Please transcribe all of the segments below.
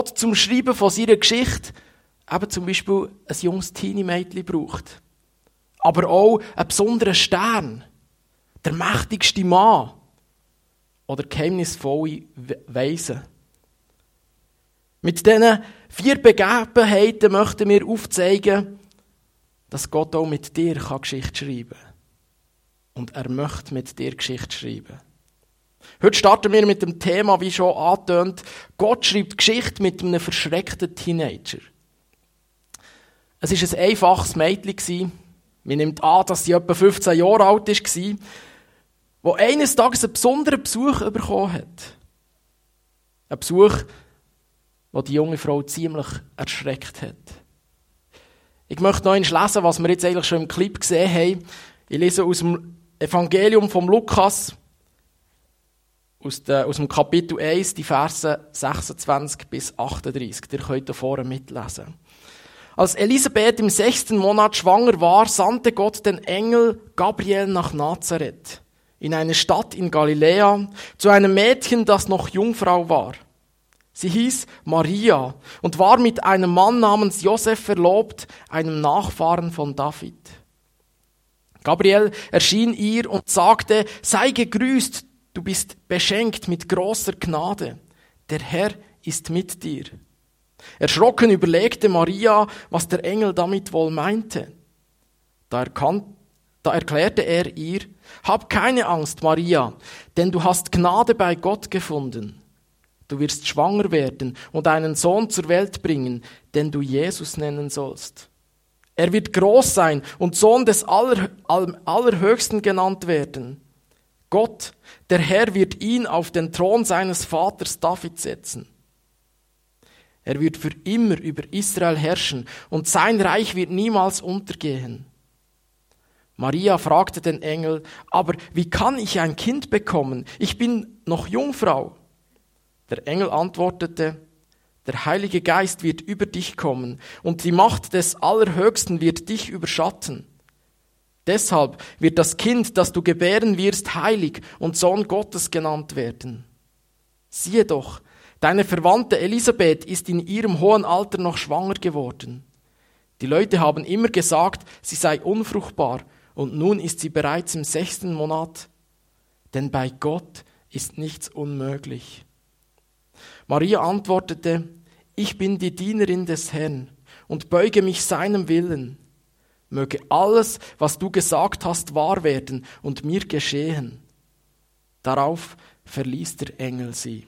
Gott zum Schreiben von seiner Geschichte eben zum Beispiel ein junges Teenie-Mädchen braucht. Aber auch einen besonderen Stern, der mächtigste Mann oder geheimnisvolle Weise. Mit diesen 4 Begebenheiten möchten wir aufzeigen, dass Gott auch mit dir Geschichte schreiben kann. Und er möchte mit dir Geschichte schreiben. Heute starten wir mit dem Thema, wie schon angetönt, Gott schreibt Geschichte mit einem verschreckten Teenager. Es war ein einfaches Mädchen. Man nimmt an, dass sie etwa 15 Jahre alt war, wo eines Tages einen besonderen Besuch bekommen hat. Ein Besuch, der die junge Frau ziemlich erschreckt hat. Ich möchte noch einmal lesen, was wir jetzt eigentlich schon im Clip gesehen haben. Ich lese aus dem Evangelium von Lukas, aus dem Kapitel 1, die Verse 26 bis 38. Ihr könnt da vorne mitlesen. Als Elisabeth im 6. Monat schwanger war, sandte Gott den Engel Gabriel nach Nazareth, in eine Stadt in Galiläa, zu einem Mädchen, das noch Jungfrau war. Sie hieß Maria und war mit einem Mann namens Josef verlobt, einem Nachfahren von David. Gabriel erschien ihr und sagte: Sei gegrüßt, du bist beschenkt mit großer Gnade. Der Herr ist mit dir. Erschrocken überlegte Maria, was der Engel damit wohl meinte. Da erklärte er ihr: Hab keine Angst, Maria, denn du hast Gnade bei Gott gefunden. Du wirst schwanger werden und einen Sohn zur Welt bringen, den du Jesus nennen sollst. Er wird groß sein und Sohn des Allerhöchsten genannt werden. Gott, der Herr, wird ihn auf den Thron seines Vaters David setzen. Er wird für immer über Israel herrschen und sein Reich wird niemals untergehen. Maria fragte den Engel: Aber wie kann ich ein Kind bekommen? Ich bin noch Jungfrau. Der Engel antwortete: Der Heilige Geist wird über dich kommen und die Macht des Allerhöchsten wird dich überschatten. Deshalb wird das Kind, das du gebären wirst, heilig und Sohn Gottes genannt werden. Siehe doch, deine Verwandte Elisabeth ist in ihrem hohen Alter noch schwanger geworden. Die Leute haben immer gesagt, sie sei unfruchtbar, und nun ist sie bereits im 6. Monat. Denn bei Gott ist nichts unmöglich. Maria antwortete: Ich bin die Dienerin des Herrn und beuge mich seinem Willen. Möge alles, was du gesagt hast, wahr werden und mir geschehen. Darauf verließ der Engel sie.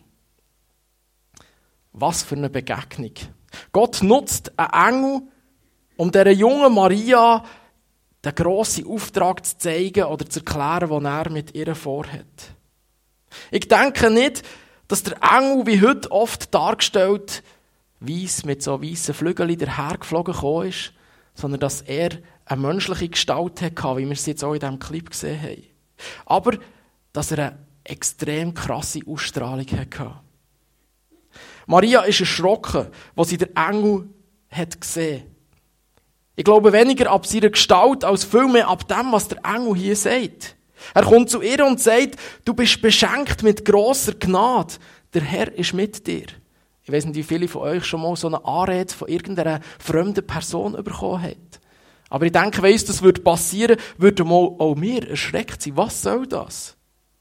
Was für eine Begegnung. Gott nutzt einen Engel, um dieser jungen Maria den grossen Auftrag zu zeigen oder zu erklären, den er mit ihr vorhat. Ich denke nicht, dass der Engel, wie heute oft dargestellt, weiss mit so weissen Flügeln dahergeflogen gekommen ist, sondern dass er eine menschliche Gestalt hatte, wie wir es jetzt auch in diesem Clip gesehen haben. Aber dass er eine extrem krasse Ausstrahlung hatte. Maria ist erschrocken, als sie den Engel hat gesehen. Ich glaube weniger ab seiner Gestalt, als vielmehr ab dem, was der Engel hier sagt. Er kommt zu ihr und sagt: Du bist beschenkt mit grosser Gnade. Der Herr ist mit dir. Ich weiss nicht, wie viele von euch schon mal so eine Anrede von irgendeiner fremden Person bekommen haben. Aber ich denke, wenn uns das passieren würde, würden auch wir erschreckt sein. Was soll das?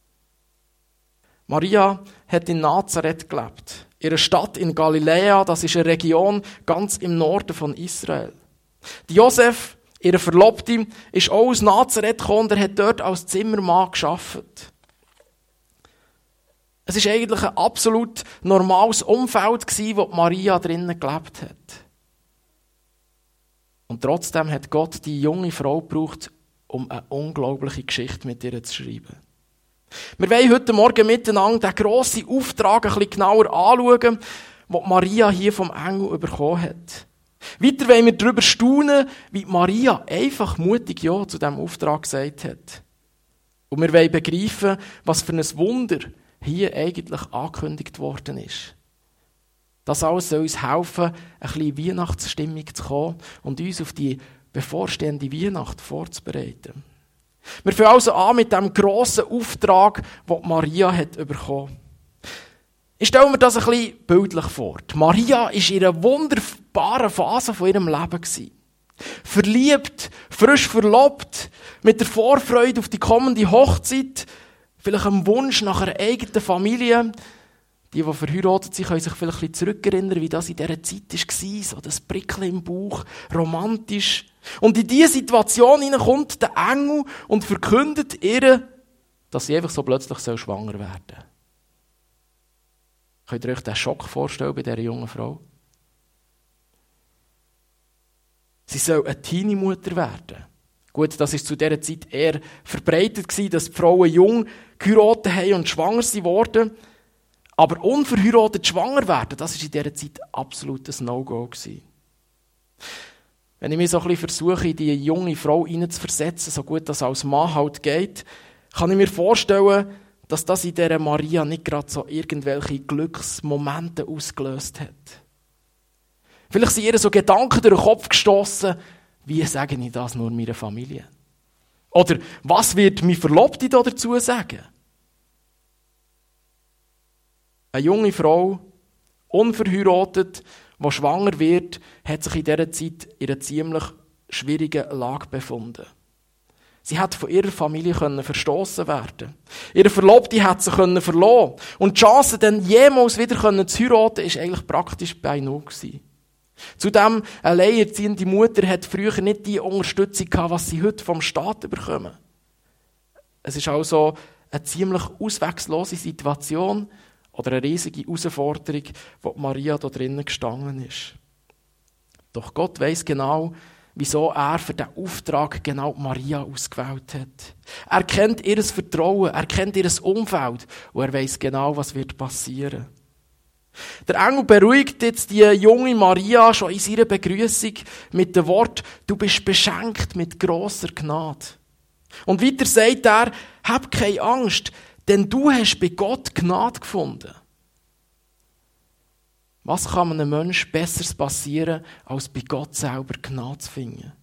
Maria hat in Nazareth gelebt. Ihre Stadt in Galiläa, das ist eine Region ganz im Norden von Israel. Josef, ihre Verlobte, ist auch aus Nazareth gekommen und er hat dort als Zimmermann gearbeitet. Es war eigentlich ein absolut normales Umfeld, wo Maria drinnen gelebt hat. Und trotzdem hat Gott die junge Frau gebraucht, um eine unglaubliche Geschichte mit ihr zu schreiben. Wir wollen heute Morgen miteinander den grossen Auftrag ein bisschen genauer anschauen, den Maria hier vom Engel bekommen hat. Weiter wollen wir darüber staunen, wie Maria einfach mutig Ja zu diesem Auftrag gesagt hat. Und wir wollen begreifen, was für ein Wunder hier eigentlich angekündigt worden ist. Das alles soll uns helfen, ein bisschen in Weihnachtsstimmung zu kommen und uns auf die bevorstehende Weihnacht vorzubereiten. Wir fangen also an mit dem grossen Auftrag, den Maria hat bekommen. Ich stelle mir das ein bisschen bildlich vor. Die Maria war in einer wunderbaren Phase von ihrem Leben. Verliebt, frisch verlobt, mit der Vorfreude auf die kommende Hochzeit, vielleicht am Wunsch nach einer eigenen Familie. Die verheiratet sind, können sich vielleicht ein bisschen zurückerinnern, wie das in dieser Zeit war, so das Prickeln im Bauch, romantisch. Und in diese Situation hineinkommt der Engel und verkündet ihr, dass sie einfach so plötzlich schwanger werden soll. Könnt ihr euch den Schock vorstellen bei dieser jungen Frau? Sie soll eine Teenie-Mutter werden. Gut, das war zu dieser Zeit eher verbreitet, dass die Frauen jung geheiratet haben und schwanger wurden. Aber unverheiratet schwanger werden, das war in dieser Zeit absolut ein No-Go. Wenn ich mich so ein bisschen versuche, in diese junge Frau hineinzuversetzen, so gut das als Mann halt geht, kann ich mir vorstellen, dass das in dieser Maria nicht gerade so irgendwelche Glücksmomente ausgelöst hat. Vielleicht sind ihr so Gedanken durch den Kopf gestossen, wie sage ich das nur meiner Familie? Oder was wird mein Verlobte dazu sagen? Eine junge Frau, unverheiratet, die schwanger wird, hat sich in dieser Zeit in einer ziemlich schwierigen Lage befunden. Sie hat von ihrer Familie verstoßen werden. Ihre Verlobte hat sie verloren. Und die Chance, dann jemals wieder zu heiraten, war eigentlich praktisch bei null. Zudem, eine alleinerziehende Mutter hat früher nicht die Unterstützung gehabt, was sie heute vom Staat bekommen. Es ist also eine ziemlich auswegslose Situation oder eine riesige Herausforderung, wo Maria da drinnen gestanden ist. Doch Gott weiss genau, wieso er für diesen Auftrag genau Maria ausgewählt hat. Er kennt ihr Vertrauen, er kennt ihr Umfeld und er weiss genau, was wird passieren. Der Engel beruhigt jetzt die junge Maria schon in ihrer Begrüßung mit dem Wort: Du bist beschenkt mit grosser Gnade. Und weiter sagt er: Hab keine Angst, denn du hast bei Gott Gnade gefunden. Was kann einem Menschen Besseres passieren, als bei Gott selber Gnade zu finden?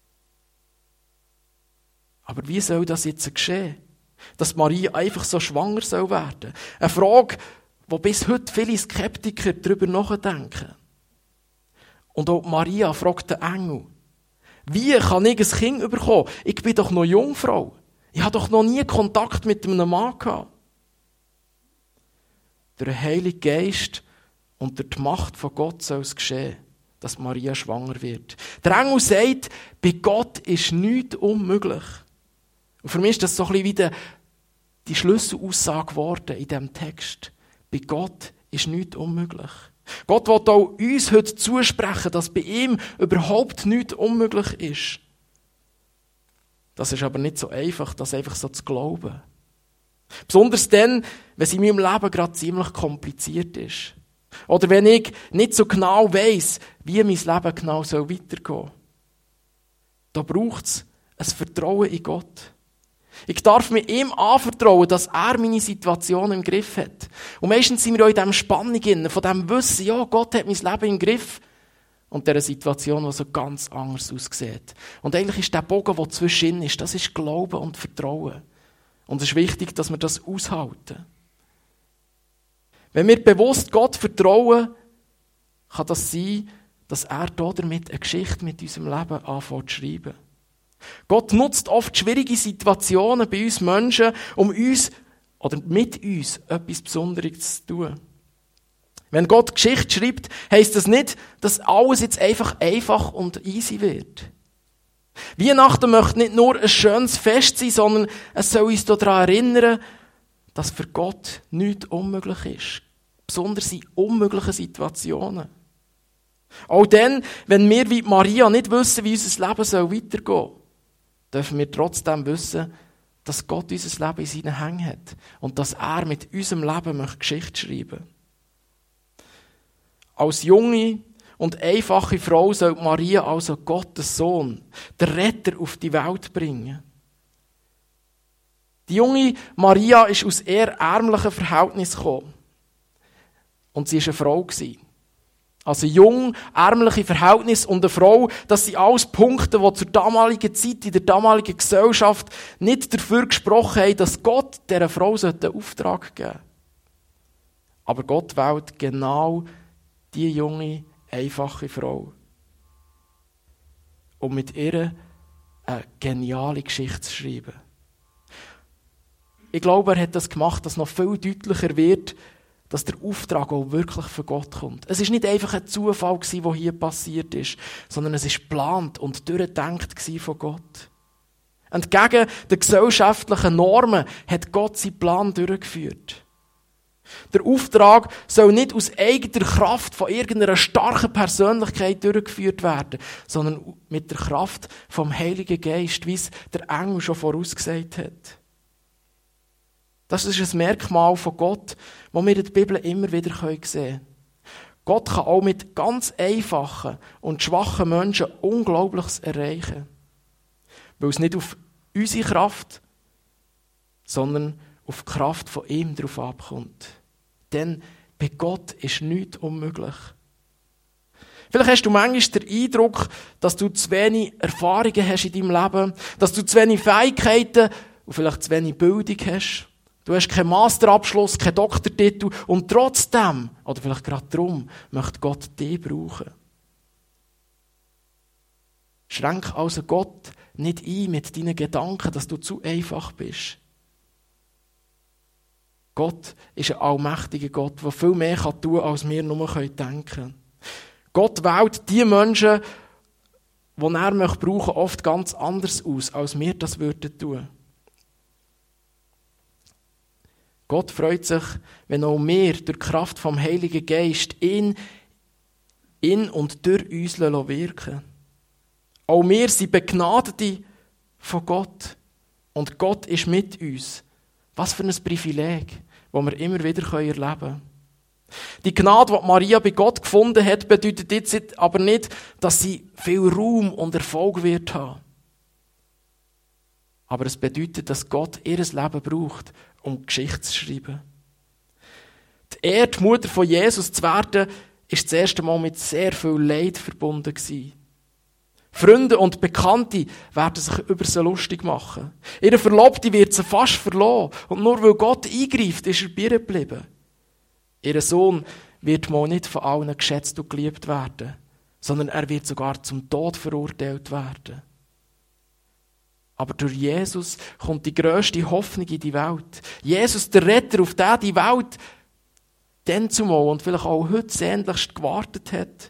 Aber wie soll das jetzt geschehen? Dass Maria einfach so schwanger soll werden? Eine Frage, wo bis heute viele Skeptiker darüber nachdenken. Und auch Maria fragt den Engel: Wie kann ich ein Kind bekommen? Ich bin doch noch Jungfrau. Ich habe doch noch nie Kontakt mit einem Mann gehabt. Durch den Heiligen Geist und durch die Macht von Gott soll es geschehen, dass Maria schwanger wird. Der Engel sagt, bei Gott ist nichts unmöglich. Und für mich ist das so ein bisschen wie die Schlüsselaussage geworden in diesem Text. Bei Gott ist nichts unmöglich. Gott will auch uns heute zusprechen, dass bei ihm überhaupt nichts unmöglich ist. Das ist aber nicht so einfach, das einfach so zu glauben. Besonders dann, wenn es in meinem Leben gerade ziemlich kompliziert ist. Oder wenn ich nicht so genau weiss, wie mein Leben genau weitergehen soll. Da braucht es ein Vertrauen in Gott. Ich darf mir ihm anvertrauen, dass er meine Situation im Griff hat. Und meistens sind wir auch in dieser Spannung drin, von dem Wissen, ja, Gott hat mein Leben im Griff. Und dieser Situation, die so ganz anders aussieht. Und eigentlich ist der Bogen, der zwischen ist, das ist Glauben und Vertrauen. Und es ist wichtig, dass wir das aushalten. Wenn wir bewusst Gott vertrauen, kann das sein, dass er damit eine Geschichte mit unserem Leben anfängt zu schreiben. Gott nutzt oft schwierige Situationen bei uns Menschen, um uns oder mit uns etwas Besonderes zu tun. Wenn Gott Geschichte schreibt, heisst das nicht, dass alles jetzt einfach und easy wird. Weihnachten möchte nicht nur ein schönes Fest sein, sondern es soll uns daran erinnern, dass für Gott nichts unmöglich ist. Besonders in unmöglichen Situationen. Auch dann, wenn wir wie Maria nicht wissen, wie unser Leben weitergehen soll, dürfen wir trotzdem wissen, dass Gott unser Leben in seinen Händen hat und dass er mit unserem Leben Geschichte schreiben möchte. Als junge und einfache Frau soll Maria also Gottes Sohn, der Retter, auf die Welt bringen. Die junge Maria ist aus eher ärmlichen Verhältnissen gekommen. Und sie war eine Frau. Also jung, ärmliche Verhältnisse und eine Frau, das sind alles Punkte, die zur damaligen Zeit, in der damaligen Gesellschaft nicht dafür gesprochen haben, dass Gott dieser Frau einen Auftrag geben sollte. Aber Gott wählt genau die junge, einfache Frau, um mit ihr eine geniale Geschichte zu schreiben. Ich glaube, er hat das gemacht, dass noch viel deutlicher wird, dass der Auftrag auch wirklich von Gott kommt. Es war nicht einfach ein Zufall, der hier passiert ist, sondern es war geplant und durchgedacht von Gott. Entgegen den gesellschaftlichen Normen hat Gott seinen Plan durchgeführt. Der Auftrag soll nicht aus eigener Kraft von irgendeiner starken Persönlichkeit durchgeführt werden, sondern mit der Kraft vom Heiligen Geist, wie es der Engel schon vorausgesagt hat. Das ist ein Merkmal von Gott, das wir in der Bibel immer wieder sehen können. Gott kann auch mit ganz einfachen und schwachen Menschen Unglaubliches erreichen. Weil es nicht auf unsere Kraft, sondern auf die Kraft von ihm drauf abkommt. Denn bei Gott ist nichts unmöglich. Vielleicht hast du manchmal den Eindruck, dass du zu wenig Erfahrungen hast in deinem Leben, dass du zu wenig Fähigkeiten und vielleicht zu wenig Bildung hast. Du hast keinen Masterabschluss, keinen Doktortitel und trotzdem, oder vielleicht gerade darum, möchte Gott dich brauchen. Schränk also Gott nicht ein mit deinen Gedanken, dass du zu einfach bist. Gott ist ein allmächtiger Gott, der viel mehr tun kann, als wir nur denken können. Gott wählt die Menschen, die er brauchen möchte, oft ganz anders aus, als wir das würden tun. Gott freut sich, wenn auch wir durch die Kraft vom Heiligen Geist in und durch uns wirken lassen. Auch wir sind Begnadete von Gott. Und Gott ist mit uns. Was für ein Privileg, das wir immer wieder erleben können. Die Gnade, die Maria bei Gott gefunden hat, bedeutet jetzt aber nicht, dass sie viel Ruhm und Erfolg wird haben. Aber es bedeutet, dass Gott ihr Leben braucht, um Geschichte zu schreiben. Die Ehre, die Mutter von Jesus zu werden, ist das erste Mal mit sehr viel Leid verbunden gewesen. Freunde und Bekannte werden sich über sie lustig machen. Ihre Verlobte wird sie fast verloren. Und nur weil Gott eingreift, ist er bei ihr geblieben. Ihr Sohn wird mal nicht von allen geschätzt und geliebt werden, sondern er wird sogar zum Tod verurteilt werden. Aber durch Jesus kommt die grösste Hoffnung in die Welt. Jesus, der Retter, auf den die Welt dann zumal und vielleicht auch heute sehnlichst gewartet hat.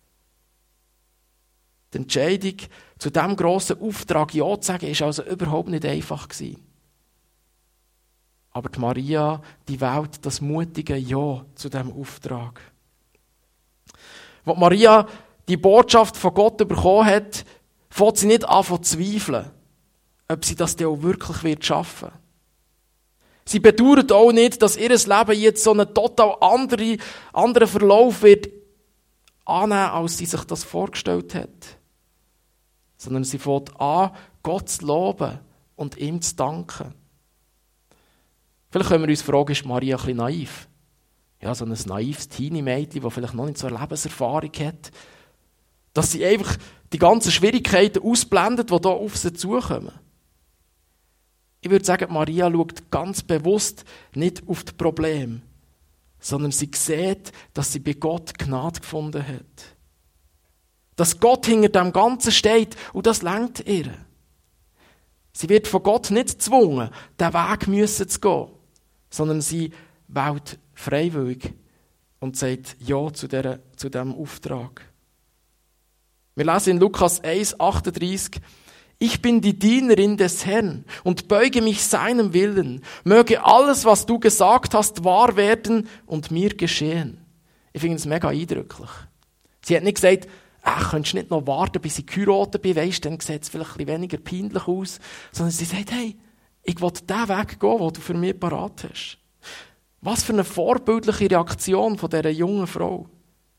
Die Entscheidung, zu diesem grossen Auftrag Ja zu sagen, war also überhaupt nicht einfach gewesen. Aber die Maria, die wählt das mutige Ja zu diesem Auftrag. Als Maria die Botschaft von Gott bekommen hat, fängt sie nicht an zu zweifeln, ob sie das dann auch wirklich schaffen wird. Sie bedauert auch nicht, dass ihr Leben jetzt so einen total anderen Verlauf wird annehmen, als sie sich das vorgestellt hat. Sondern sie fängt an, Gott zu loben und ihm zu danken. Vielleicht können wir uns fragen, ist Maria ein bisschen naiv? Ja, so ein naives Teenie-Mädchen, das vielleicht noch nicht so eine Lebenserfahrung hat. Dass sie einfach die ganzen Schwierigkeiten ausblendet, die hier auf sie zukommen. Ich würde sagen, Maria schaut ganz bewusst nicht auf das Problem, sondern sie sieht, dass sie bei Gott Gnade gefunden hat. Dass Gott hinter dem Ganzen steht und das lenkt ihr. Sie wird von Gott nicht gezwungen, diesen Weg zu gehen, sondern sie wählt freiwillig und sagt Ja zu diesem Auftrag. Wir lesen in Lukas 1,38: Ich bin die Dienerin des Herrn und beuge mich seinem Willen. Möge alles, was du gesagt hast, wahr werden und mir geschehen. Ich finde es mega eindrücklich. Sie hat nicht gesagt, könntest du nicht noch warten, bis ich geheiratet bin, weisst, dann sieht es vielleicht ein bisschen weniger peinlich aus. Sondern sie sagt, hey, ich will den Weg gehen, den du für mich parat hast. Was für eine vorbildliche Reaktion von dieser jungen Frau.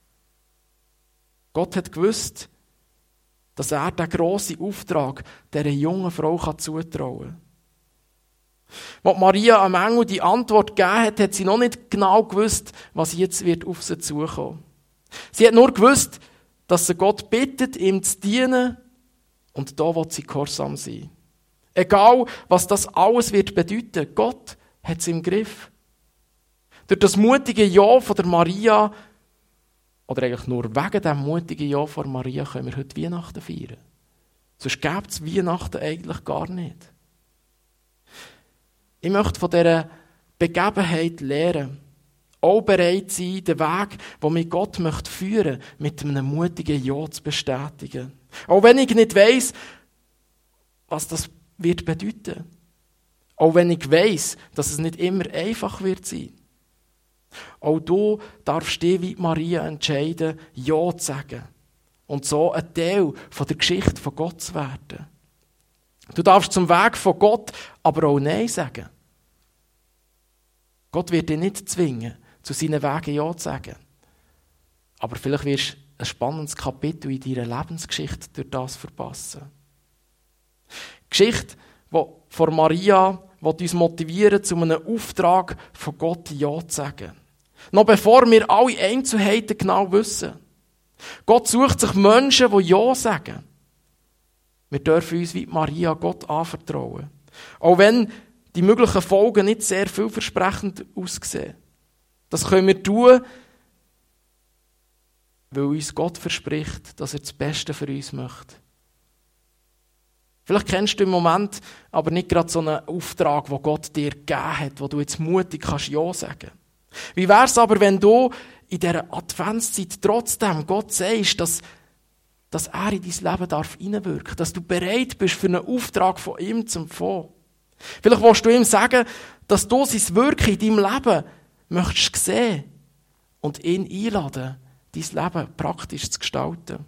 Gott hat gewusst, dass er diesen grossen Auftrag dieser jungen Frau zutrauen kann. Als Maria am Engel die Antwort gegeben hat, hat sie noch nicht genau gewusst, was jetzt auf sie zukommen. Sie hat nur gewusst, dass sie Gott bittet, ihm zu dienen, und da will sie gehorsam sein. Egal, was das alles wird bedeuten, Gott hat es im Griff. Durch das mutige Ja von der Maria, oder eigentlich nur wegen dem mutigen Ja von Maria, können wir heute Weihnachten feiern. Sonst gäbe es Weihnachten eigentlich gar nicht. Ich möchte von dieser Begebenheit lernen. Auch bereit sein, den Weg, den mich Gott führen möchte, mit einem mutigen Ja zu bestätigen. Auch wenn ich nicht weiss, was das wird bedeuten. Auch wenn ich weiss, dass es nicht immer einfach wird sein. Auch du darfst dich wie Maria entscheiden, Ja zu sagen. Und so ein Teil von der Geschichte von Gott zu werden. Du darfst zum Weg von Gott aber auch Nein sagen. Gott wird dich nicht zwingen, zu seinen Wegen Ja zu sagen. Aber vielleicht wirst du ein spannendes Kapitel in deiner Lebensgeschichte durch das verpassen. Die Geschichte von Maria will uns motivieren, zu einem Auftrag von Gott Ja zu sagen. Noch bevor wir alle Einzelheiten genau wissen. Gott sucht sich Menschen, die Ja sagen. Wir dürfen uns wie Maria Gott anvertrauen. Auch wenn die möglichen Folgen nicht sehr vielversprechend aussehen. Das können wir tun, weil uns Gott verspricht, dass er das Beste für uns möchte. Vielleicht kennst du im Moment aber nicht gerade so einen Auftrag, den Gott dir gegeben hat, wo du jetzt mutig kannst Ja sagen. Wie wäre es aber, wenn du in dieser Adventszeit trotzdem Gott sagst, dass er in dein Leben hineinwirken darf, dass du bereit bist für einen Auftrag von ihm zu empfangen. Vielleicht willst du ihm sagen, dass du sein Wirken in deinem Leben möchtest sehen und ihn einladen, dein Leben praktisch zu gestalten.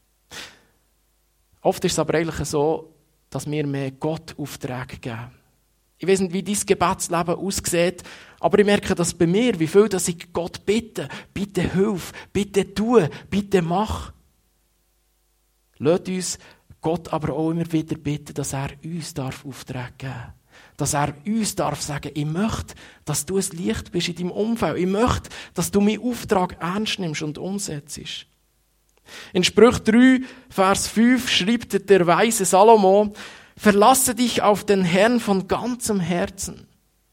Oft ist es aber eigentlich so, dass wir mehr Gott Aufträge geben. Ich weiss nicht, wie dein Gebetsleben aussieht, aber ich merke das bei mir, wie viel dass ich Gott bitte hilf, bitte tu, bitte mach. Lasst uns Gott aber auch immer wieder bitten, dass er uns Aufträge geben darf. Dass er uns sagen, ich möchte, dass du ein Licht bist in deinem Umfeld. Ich möchte, dass du meinen Auftrag ernst nimmst und umsetzt. In Sprüche 3, Vers 5 schreibt der weise Salomo, verlasse dich auf den Herrn von ganzem Herzen.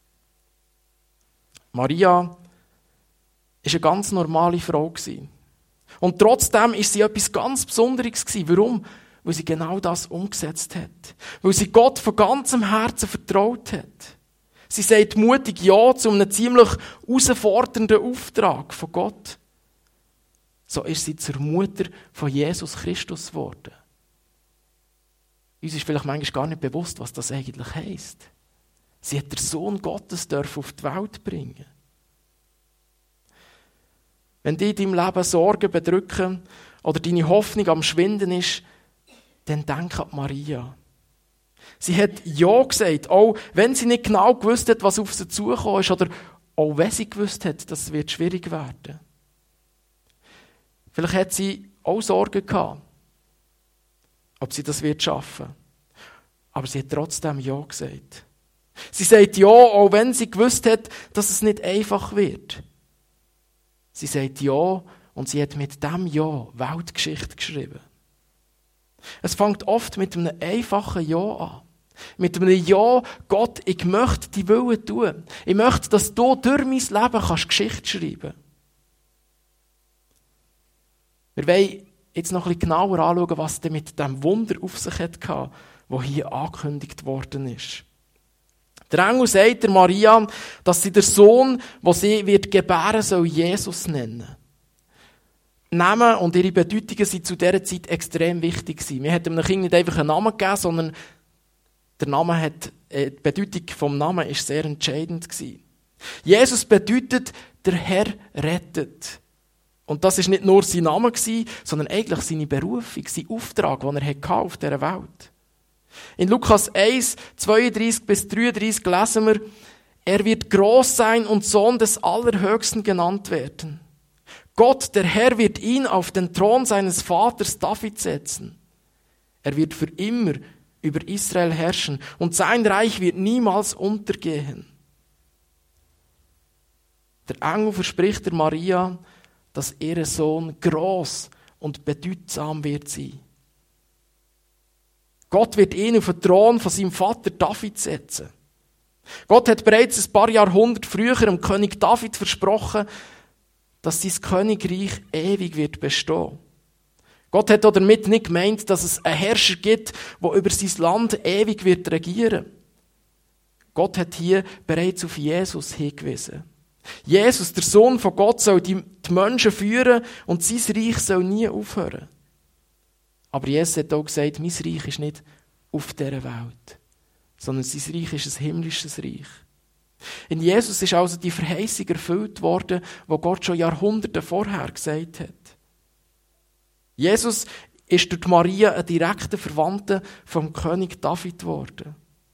Maria war eine ganz normale Frau. Und trotzdem war sie etwas ganz Besonderes. Warum? Weil sie genau das umgesetzt hat. Weil sie Gott von ganzem Herzen vertraut hat. Sie sagt mutig Ja zu einem ziemlich herausfordernden Auftrag von Gott. So ist sie zur Mutter von Jesus Christus geworden. Uns ist vielleicht manchmal gar nicht bewusst, was das eigentlich heisst. Sie hat den Sohn Gottes auf die Welt bringen. Wenn dich in deinem Leben Sorgen bedrücken oder deine Hoffnung am Schwinden ist, dann denk an Maria. Sie hat Ja gesagt, auch wenn sie nicht genau gewusst hat, was auf sie zugekommen ist, oder auch wenn sie gewusst hat, dass es schwierig werden wird. Vielleicht hat sie auch Sorgen gehabt, ob sie das schaffen wird. Aber sie hat trotzdem Ja gesagt. Sie sagt Ja, auch wenn sie gewusst hat, dass es nicht einfach wird. Sie sagt Ja und sie hat mit dem Ja Weltgeschichte geschrieben. Es fängt oft mit einem einfachen Ja an. Mit einem Ja, Gott, ich möchte die Wille tun. Ich möchte, dass du durch mein Leben Geschichte schreiben kannst. Wir wollen jetzt noch ein bisschen genauer anschauen, was denn mit dem Wunder auf sich hatte, das hier angekündigt worden ist. Der Engel sagt der Maria, dass sie den Sohn, den sie wird gebären soll, Jesus nennen. Namen und ihre Bedeutungen sind zu dieser Zeit extrem wichtig gewesen. Wir hätten einem Kind nicht einfach einen Namen gegeben, sondern die Bedeutung des Namens war sehr entscheidend gewesen. Jesus bedeutet, der Herr rettet. Und das war nicht nur sein Name, sondern eigentlich seine Berufung, sein Auftrag, den er auf dieser Welt. In Lukas 1, 32 bis 33 lesen wir, er wird groß sein und Sohn des Allerhöchsten genannt werden. Gott, der Herr, wird ihn auf den Thron seines Vaters David setzen. Er wird für immer über Israel herrschen und sein Reich wird niemals untergehen. Der Engel verspricht der Maria, dass ihr Sohn groß und bedeutsam wird sein. Gott wird ihn auf den Thron von seinem Vater David setzen. Gott hat bereits ein paar Jahrhunderte früher dem König David versprochen, dass sein Königreich ewig wird bestehen. Gott hat auch damit nicht gemeint, dass es einen Herrscher gibt, der über sein Land ewig wird regieren. Gott hat hier bereits auf Jesus hingewiesen. Jesus, der Sohn von Gott, soll die Menschen führen und sein Reich soll nie aufhören. Aber Jesus hat auch gesagt, mein Reich ist nicht auf dieser Welt, sondern sein Reich ist ein himmlisches Reich. In Jesus ist also die Verheißung erfüllt worden, die Gott schon Jahrhunderte vorher gesagt hat. Jesus ist durch Maria ein direkter Verwandter vom König David geworden.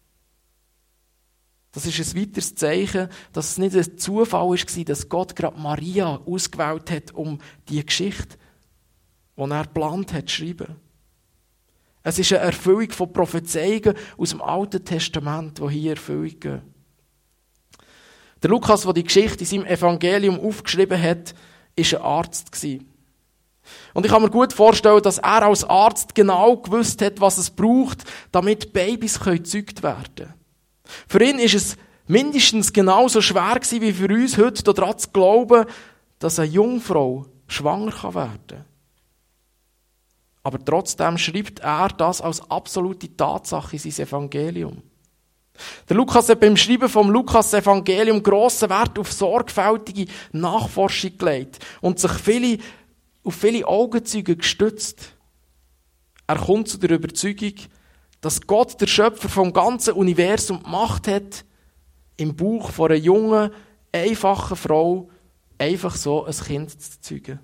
Das ist ein weiteres Zeichen, dass es nicht ein Zufall war, dass Gott gerade Maria ausgewählt hat, um die Geschichte, die er geplant hat, zu schreiben. Es ist eine Erfüllung von Prophezeiungen aus dem Alten Testament, die hier Erfüllung gehen. Der Lukas, der die Geschichte in seinem Evangelium aufgeschrieben hat, war ein Arzt. Und ich kann mir gut vorstellen, dass er als Arzt genau gewusst hat, was es braucht, damit Babys gezeugt werden können. Für ihn war es mindestens genauso schwer wie für uns heute daran zu glauben, dass eine Jungfrau schwanger werden kann. Aber trotzdem schreibt er das als absolute Tatsache in sein Evangelium. Der Lukas hat beim Schreiben vom Lukas-Evangelium grossen Wert auf sorgfältige Nachforschung gelegt und sich auf viele Augenzeugen gestützt. Er kommt zu der Überzeugung, dass Gott, der Schöpfer vom ganzen Universum, die Macht hat, im Bauch von einer jungen, einfachen Frau einfach so ein Kind zu zeugen.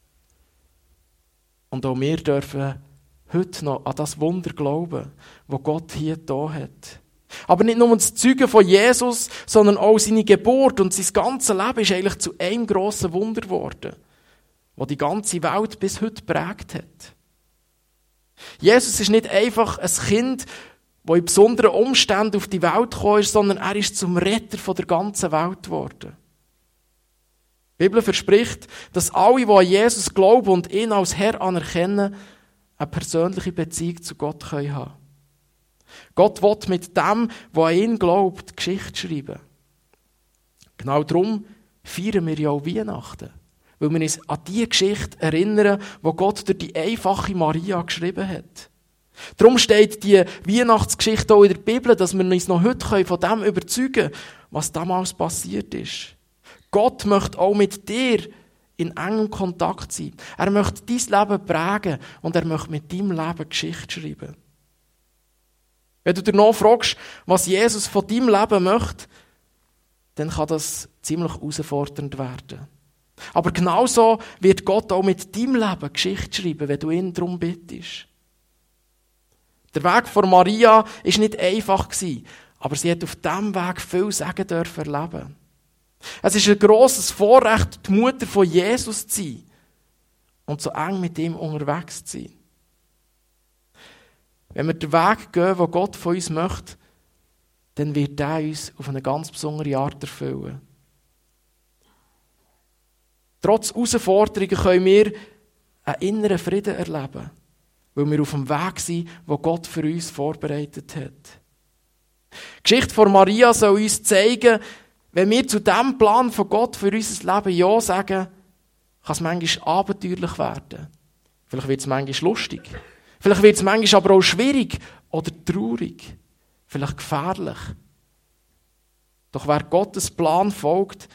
Und auch wir dürfen heute noch an das Wunder glauben, das Gott hier da hat. Aber nicht nur das Zeugen von Jesus, sondern auch seine Geburt und sein ganzes Leben ist eigentlich zu einem grossen Wunder geworden, das die ganze Welt bis heute prägt hat. Jesus ist nicht einfach ein Kind, das in besonderen Umständen auf die Welt gekommen ist, sondern er ist zum Retter der ganzen Welt geworden. Die Bibel verspricht, dass alle, die an Jesus glauben und ihn als Herr anerkennen, eine persönliche Beziehung zu Gott haben können. Gott will mit dem, der an ihn glaubt, Geschichte schreiben. Genau darum feiern wir ja auch Weihnachten. Weil wir uns an die Geschichte erinnern, die Gott durch die einfache Maria geschrieben hat. Darum steht die Weihnachtsgeschichte auch in der Bibel, dass wir uns noch heute von dem überzeugen können, was damals passiert ist. Gott möchte auch mit dir in engem Kontakt sein. Er möchte dein Leben prägen und er möchte mit deinem Leben Geschichte schreiben. Wenn du dir noch fragst, was Jesus von deinem Leben möchte, dann kann das ziemlich herausfordernd werden. Aber genauso wird Gott auch mit deinem Leben Geschichte schreiben, wenn du ihn darum bittest. Der Weg von Maria war nicht einfach, aber sie hat auf diesem Weg viel Segen dürfen erleben. Es ist ein grosses Vorrecht, die Mutter von Jesus zu sein und so eng mit ihm unterwegs zu sein. Wenn wir den Weg gehen, den Gott von uns möchte, dann wird er uns auf eine ganz besondere Art erfüllen. Trotz Herausforderungen können wir einen inneren Frieden erleben, weil wir auf dem Weg sind, wo Gott für uns vorbereitet hat. Die Geschichte von Maria soll uns zeigen, wenn wir zu dem Plan von Gott für unser Leben Ja sagen, kann es manchmal abenteuerlich werden. Vielleicht wird es manchmal lustig. Vielleicht wird es manchmal aber auch schwierig oder traurig. Vielleicht gefährlich. Doch wer Gottes Plan folgt,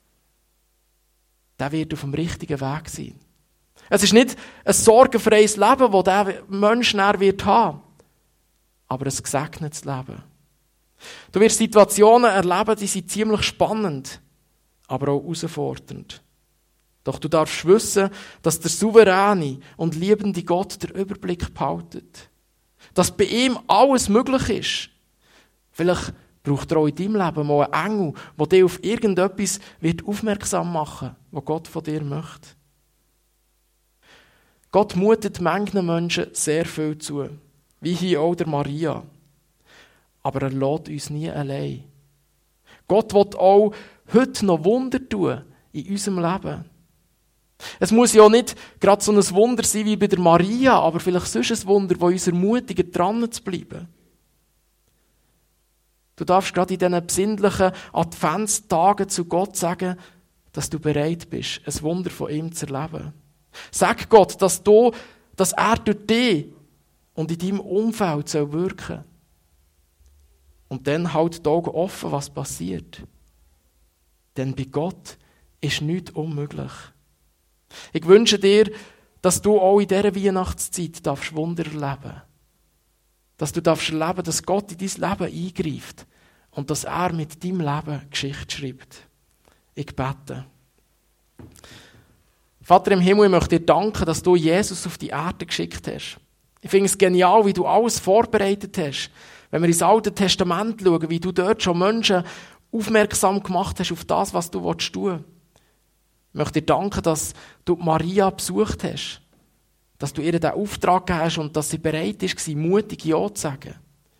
der wird auf dem richtigen Weg sein. Es ist nicht ein sorgenfreies Leben, das der Mensch nachher wird haben, aber ein gesegnetes Leben. Du wirst Situationen erleben, die sind ziemlich spannend, aber auch herausfordernd. Doch du darfst wissen, dass der souveräne und liebende Gott den Überblick behaltet. Dass bei ihm alles möglich ist. Vielleicht braucht er auch in deinem Leben mal einen Engel, der dich auf irgendetwas wird aufmerksam machen wird, was Gott von dir möchte. Gott mutet manchen Menschen sehr viel zu, wie hier auch der Maria. Aber er lässt uns nie allein. Gott will auch heute noch Wunder tun in unserem Leben. Es muss ja nicht gerade so ein Wunder sein wie bei der Maria, aber vielleicht sonst ein Wunder, das uns ermutigt, dran zu bleiben. Du darfst gerade in diesen besinnlichen Adventstagen zu Gott sagen, dass du bereit bist, ein Wunder von ihm zu erleben. Sag Gott, dass er durch dich und in deinem Umfeld wirken soll. Und dann halt die Augen offen, was passiert. Denn bei Gott ist nichts unmöglich. Ich wünsche dir, dass du auch in dieser Weihnachtszeit Wunder erleben darfst. Dass du erleben, dass Gott in dein Leben eingreift und dass er mit deinem Leben Geschichte schreibt. Ich bete. Vater im Himmel, ich möchte dir danken, dass du Jesus auf die Erde geschickt hast. Ich finde es genial, wie du alles vorbereitet hast. Wenn wir ins Alte Testament schauen, wie du dort schon Menschen aufmerksam gemacht hast auf das, was du tun willst. Ich möchte dir danken, dass du Maria besucht hast. Dass du ihr diesen Auftrag gegeben hast und dass sie bereit war, mutig Ja zu sagen.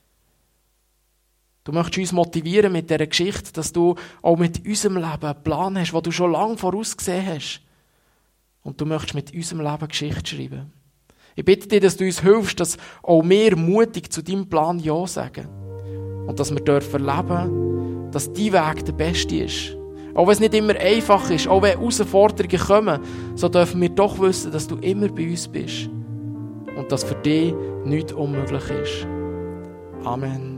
Du möchtest uns motivieren mit dieser Geschichte, dass du auch mit unserem Leben einen Plan hast, den du schon lange vorausgesehen hast. Und du möchtest mit unserem Leben Geschichte schreiben. Ich bitte dich, dass du uns hilfst, dass auch wir mutig zu deinem Plan Ja sagen. Und dass wir erleben dürfen, dass dein Weg der beste ist. Auch wenn es nicht immer einfach ist, auch wenn Herausforderungen kommen, so dürfen wir doch wissen, dass du immer bei uns bist. Und dass für dich nichts unmöglich ist. Amen.